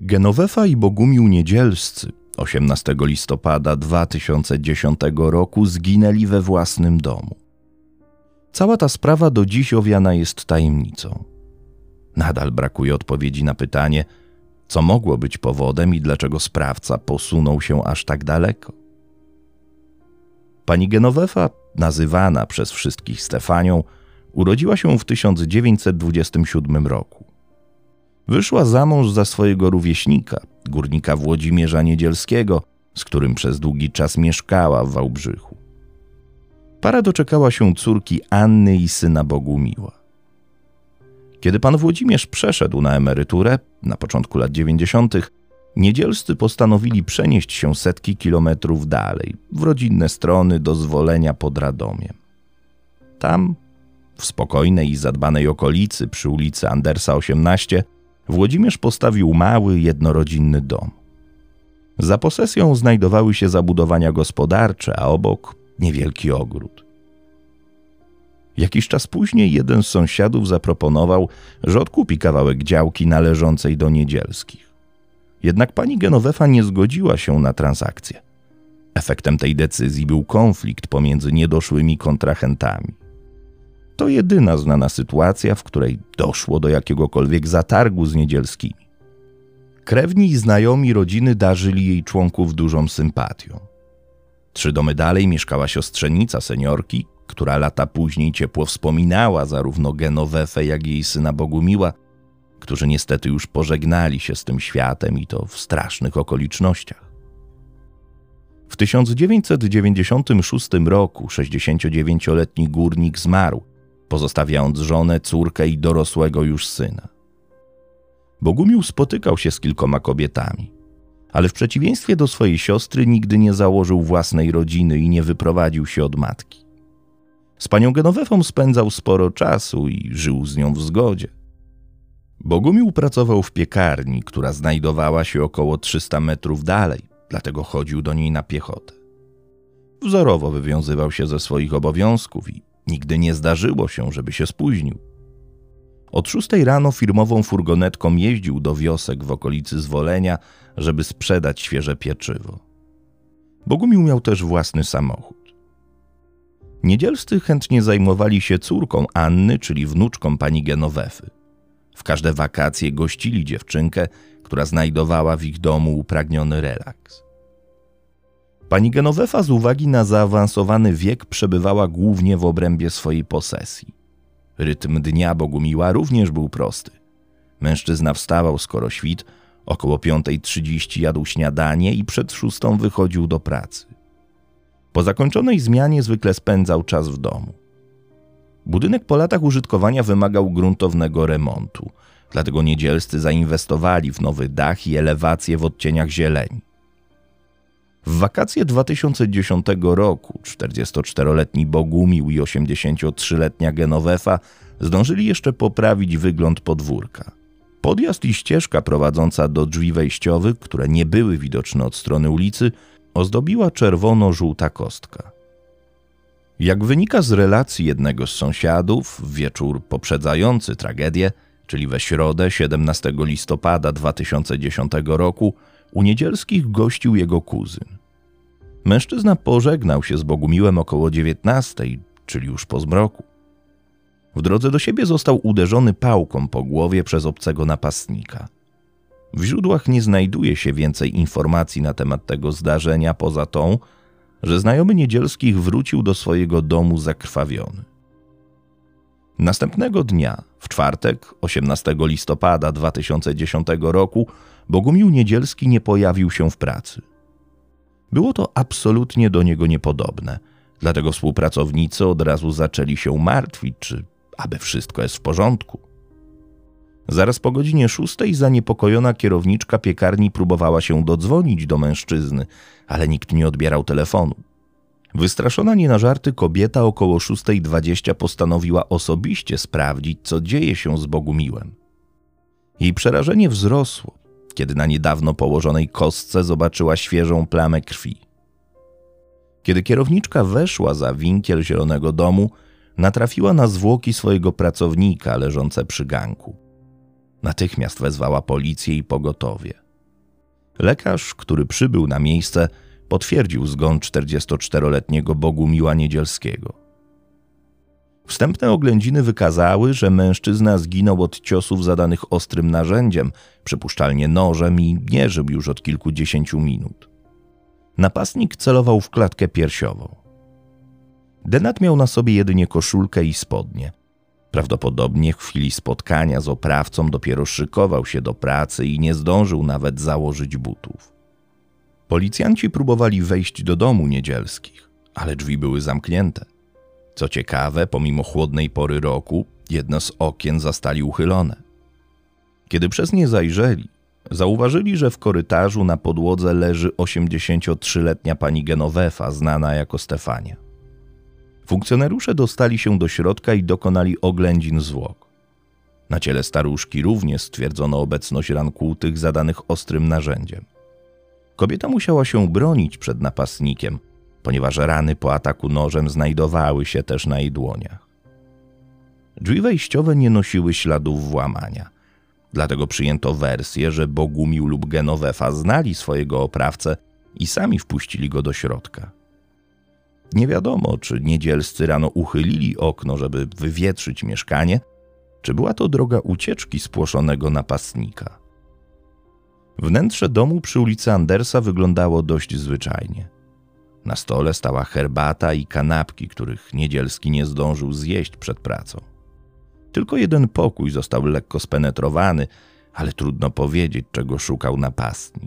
Genowefa i Bogumił Niedzielscy 18 listopada 2010 roku zginęli we własnym domu. Cała ta sprawa do dziś owiana jest tajemnicą. Nadal brakuje odpowiedzi na pytanie, co mogło być powodem i dlaczego sprawca posunął się aż tak daleko. Pani Genowefa, nazywana przez wszystkich Stefanią, urodziła się w 1927 roku. Wyszła za mąż za swojego rówieśnika, górnika Włodzimierza Niedzielskiego, z którym przez długi czas mieszkała w Wałbrzychu. Para doczekała się córki Anny i syna Bogumiła. Kiedy pan Włodzimierz przeszedł na emeryturę, na początku lat 90., Niedzielscy postanowili przenieść się setki kilometrów dalej, w rodzinne strony do Zwolenia pod Radomiem. Tam, w spokojnej i zadbanej okolicy przy ulicy Andersa 18, Włodzimierz postawił mały, jednorodzinny dom. Za posesją znajdowały się zabudowania gospodarcze, a obok niewielki ogród. Jakiś czas później jeden z sąsiadów zaproponował, że odkupi kawałek działki należącej do Niedzielskich. Jednak pani Genowefa nie zgodziła się na transakcję. Efektem tej decyzji był konflikt pomiędzy niedoszłymi kontrahentami. To jedyna znana sytuacja, w której doszło do jakiegokolwiek zatargu z Niedzielskimi. Krewni i znajomi rodziny darzyli jej członków dużą sympatią. 3 domy dalej mieszkała siostrzenica seniorki, która lata później ciepło wspominała zarówno Genowefę, jak i jej syna Bogumiła, którzy niestety już pożegnali się z tym światem i to w strasznych okolicznościach. W 1996 roku 69-letni górnik zmarł, pozostawiając żonę, córkę i dorosłego już syna. Bogumił spotykał się z kilkoma kobietami, ale w przeciwieństwie do swojej siostry nigdy nie założył własnej rodziny i nie wyprowadził się od matki. Z panią Genowefą spędzał sporo czasu i żył z nią w zgodzie. Bogumił pracował w piekarni, która znajdowała się około 300 metrów dalej, dlatego chodził do niej na piechotę. Wzorowo wywiązywał się ze swoich obowiązków i nigdy nie zdarzyło się, żeby się spóźnił. Od 6 rano firmową furgonetką jeździł do wiosek w okolicy Zwolenia, żeby sprzedać świeże pieczywo. Bogumił miał też własny samochód. Niedzielscy chętnie zajmowali się córką Anny, czyli wnuczką pani Genowefy. W każde wakacje gościli dziewczynkę, która znajdowała w ich domu upragniony relaks. Pani Genowefa z uwagi na zaawansowany wiek przebywała głównie w obrębie swojej posesji. Rytm dnia Bogumiła również był prosty. Mężczyzna wstawał skoro świt, około 5:30 jadł śniadanie i przed 6 wychodził do pracy. Po zakończonej zmianie zwykle spędzał czas w domu. Budynek po latach użytkowania wymagał gruntownego remontu, dlatego Niedzielscy zainwestowali w nowy dach i elewację w odcieniach zieleni. W wakacje 2010 roku 44-letni Bogumił i 83-letnia Genowefa zdążyli jeszcze poprawić wygląd podwórka. Podjazd i ścieżka prowadząca do drzwi wejściowych, które nie były widoczne od strony ulicy, ozdobiła czerwono-żółta kostka. Jak wynika z relacji jednego z sąsiadów, w wieczór poprzedzający tragedię, czyli we środę 17 listopada 2010 roku, u Niedzielskich gościł jego kuzyn. Mężczyzna pożegnał się z Bogumiłem około 19, czyli już po zmroku. W drodze do siebie został uderzony pałką po głowie przez obcego napastnika. W źródłach nie znajduje się więcej informacji na temat tego zdarzenia poza tą, że znajomy Niedzielskich wrócił do swojego domu zakrwawiony. Następnego dnia, w czwartek, 18 listopada 2010 roku, Bogumił Niedzielski nie pojawił się w pracy. Było to absolutnie do niego niepodobne, dlatego współpracownicy od razu zaczęli się martwić, czy aby wszystko jest w porządku. Zaraz po godzinie 6 zaniepokojona kierowniczka piekarni próbowała się dodzwonić do mężczyzny, ale nikt nie odbierał telefonu. Wystraszona nie na żarty kobieta około 6:20 postanowiła osobiście sprawdzić, co dzieje się z Bogumiłem. Jej przerażenie wzrosło, kiedy na niedawno położonej kostce zobaczyła świeżą plamę krwi. Kiedy kierowniczka weszła za winkiel zielonego domu, natrafiła na zwłoki swojego pracownika leżące przy ganku. Natychmiast wezwała policję i pogotowie. Lekarz, który przybył na miejsce, potwierdził zgon 44-letniego Bogumiła Niedzielskiego. Wstępne oględziny wykazały, że mężczyzna zginął od ciosów zadanych ostrym narzędziem, przypuszczalnie nożem, i nie żył już od kilkudziesięciu minut. Napastnik celował w klatkę piersiową. Denat miał na sobie jedynie koszulkę i spodnie. Prawdopodobnie w chwili spotkania z oprawcą dopiero szykował się do pracy i nie zdążył nawet założyć butów. Policjanci próbowali wejść do domu Niedzielskich, ale drzwi były zamknięte. Co ciekawe, pomimo chłodnej pory roku, jedno z okien zastali uchylone. Kiedy przez nie zajrzeli, zauważyli, że w korytarzu na podłodze leży 83-letnia pani Genovefa, znana jako Stefania. Funkcjonariusze dostali się do środka i dokonali oględzin zwłok. Na ciele staruszki również stwierdzono obecność ran kłutych zadanych ostrym narzędziem. Kobieta musiała się bronić przed napastnikiem, ponieważ rany po ataku nożem znajdowały się też na jej dłoniach. Drzwi wejściowe nie nosiły śladów włamania. Dlatego przyjęto wersję, że Bogumił lub Genovefa znali swojego oprawcę i sami wpuścili go do środka. Nie wiadomo, czy Niedzielscy rano uchylili okno, żeby wywietrzyć mieszkanie, czy była to droga ucieczki spłoszonego napastnika. Wnętrze domu przy ulicy Andersa wyglądało dość zwyczajnie. Na stole stała herbata i kanapki, których Niedzielski nie zdążył zjeść przed pracą. Tylko jeden pokój został lekko spenetrowany, ale trudno powiedzieć, czego szukał napastnik.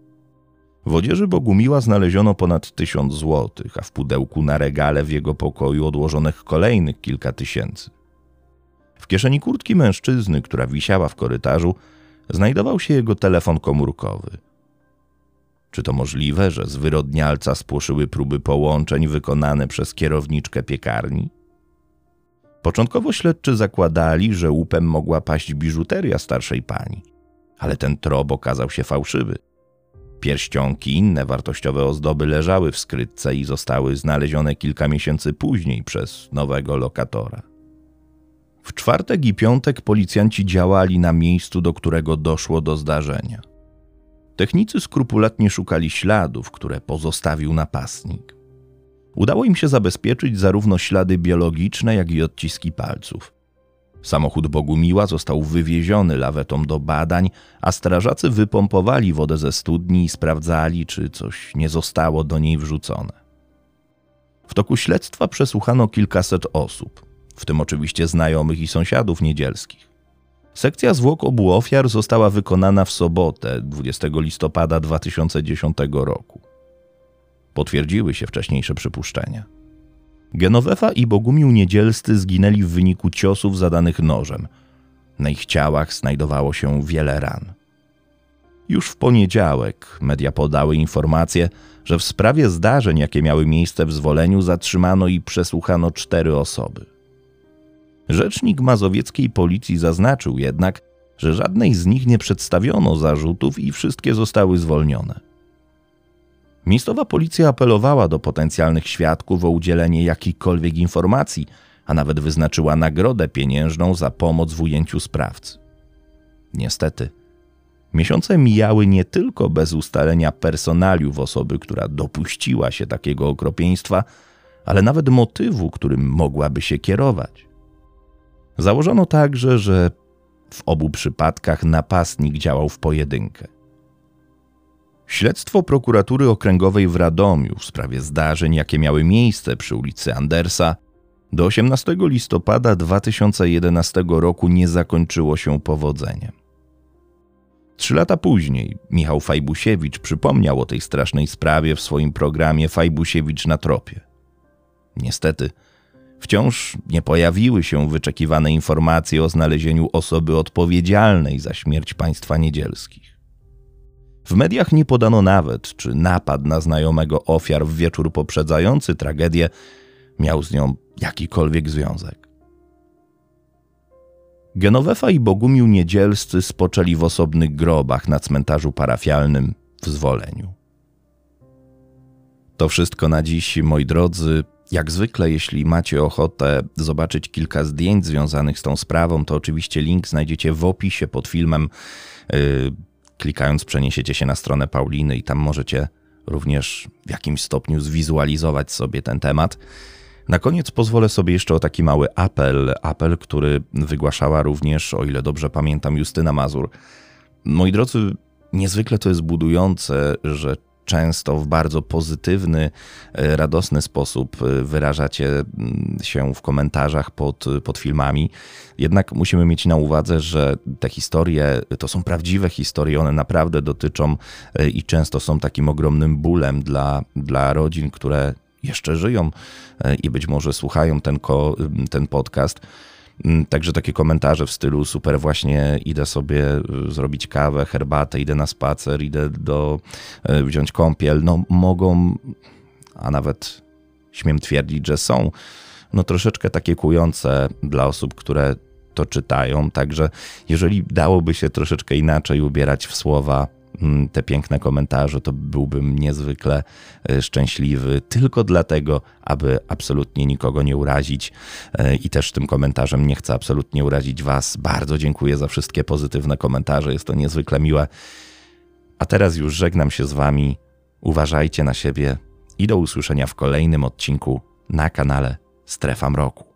W odzieży Bogumiła znaleziono ponad 1000 złotych, a w pudełku na regale w jego pokoju odłożonych kolejnych kilka tysięcy. W kieszeni kurtki mężczyzny, która wisiała w korytarzu, znajdował się jego telefon komórkowy. Czy to możliwe, że zwyrodnialca spłoszyły próby połączeń wykonane przez kierowniczkę piekarni? Początkowo śledczy zakładali, że łupem mogła paść biżuteria starszej pani, ale ten trop okazał się fałszywy. Pierścionki i inne wartościowe ozdoby leżały w skrytce i zostały znalezione kilka miesięcy później przez nowego lokatora. W czwartek i piątek policjanci działali na miejscu, do którego doszło do zdarzenia. Technicy skrupulatnie szukali śladów, które pozostawił napastnik. Udało im się zabezpieczyć zarówno ślady biologiczne, jak i odciski palców. Samochód Bogumiła został wywieziony lawetą do badań, a strażacy wypompowali wodę ze studni i sprawdzali, czy coś nie zostało do niej wrzucone. W toku śledztwa przesłuchano kilkaset osób, w tym oczywiście znajomych i sąsiadów Niedzielskich. Sekcja zwłok obu ofiar została wykonana w sobotę, 20 listopada 2010 roku. Potwierdziły się wcześniejsze przypuszczenia. Genovefa i Bogumił Niedzielscy zginęli w wyniku ciosów zadanych nożem. Na ich ciałach znajdowało się wiele ran. Już w poniedziałek media podały informację, że w sprawie zdarzeń, jakie miały miejsce w Zwoleniu, zatrzymano i przesłuchano 4 osoby. Rzecznik mazowieckiej policji zaznaczył jednak, że żadnej z nich nie przedstawiono zarzutów i wszystkie zostały zwolnione. Miejscowa policja apelowała do potencjalnych świadków o udzielenie jakichkolwiek informacji, a nawet wyznaczyła nagrodę pieniężną za pomoc w ujęciu sprawcy. Niestety, miesiące mijały nie tylko bez ustalenia personaliów osoby, która dopuściła się takiego okropieństwa, ale nawet motywu, którym mogłaby się kierować. Założono także, że w obu przypadkach napastnik działał w pojedynkę. Śledztwo prokuratury okręgowej w Radomiu w sprawie zdarzeń, jakie miały miejsce przy ulicy Andersa, do 18 listopada 2011 roku nie zakończyło się powodzeniem. 3 lata później Michał Fajbusiewicz przypomniał o tej strasznej sprawie w swoim programie Fajbusiewicz na tropie. Niestety, wciąż nie pojawiły się wyczekiwane informacje o znalezieniu osoby odpowiedzialnej za śmierć państwa Niedzielskich. W mediach nie podano nawet, czy napad na znajomego ofiar w wieczór poprzedzający tragedię miał z nią jakikolwiek związek. Genovefa i Bogumił Niedzielscy spoczęli w osobnych grobach na cmentarzu parafialnym w Zwoleniu. To wszystko na dziś, moi drodzy. Jak zwykle, jeśli macie ochotę zobaczyć kilka zdjęć związanych z tą sprawą, to oczywiście link znajdziecie w opisie pod filmem. Klikając przeniesiecie się na stronę Pauliny i tam możecie również w jakimś stopniu zwizualizować sobie ten temat. Na koniec pozwolę sobie jeszcze o taki mały apel, który wygłaszała również, o ile dobrze pamiętam, Justyna Mazur. Moi drodzy, niezwykle to jest budujące, że często w bardzo pozytywny, radosny sposób wyrażacie się w komentarzach pod filmami. Jednak musimy mieć na uwadze, że te historie to są prawdziwe historie, one naprawdę dotyczą i często są takim ogromnym bólem dla rodzin, które jeszcze żyją i być może słuchają ten podcast. Także takie komentarze w stylu super, właśnie idę sobie zrobić kawę, herbatę, idę na spacer, idę wziąć kąpiel, no mogą, a nawet śmiem twierdzić, że są troszeczkę takie kłujące dla osób, które to czytają. Także jeżeli dałoby się troszeczkę inaczej ubierać w słowa te piękne komentarze, to byłbym niezwykle szczęśliwy tylko dlatego, aby absolutnie nikogo nie urazić i też tym komentarzem nie chcę absolutnie urazić was. Bardzo dziękuję za wszystkie pozytywne komentarze, jest to niezwykle miłe. A teraz już żegnam się z wami, uważajcie na siebie i do usłyszenia w kolejnym odcinku na kanale Strefa Mroku.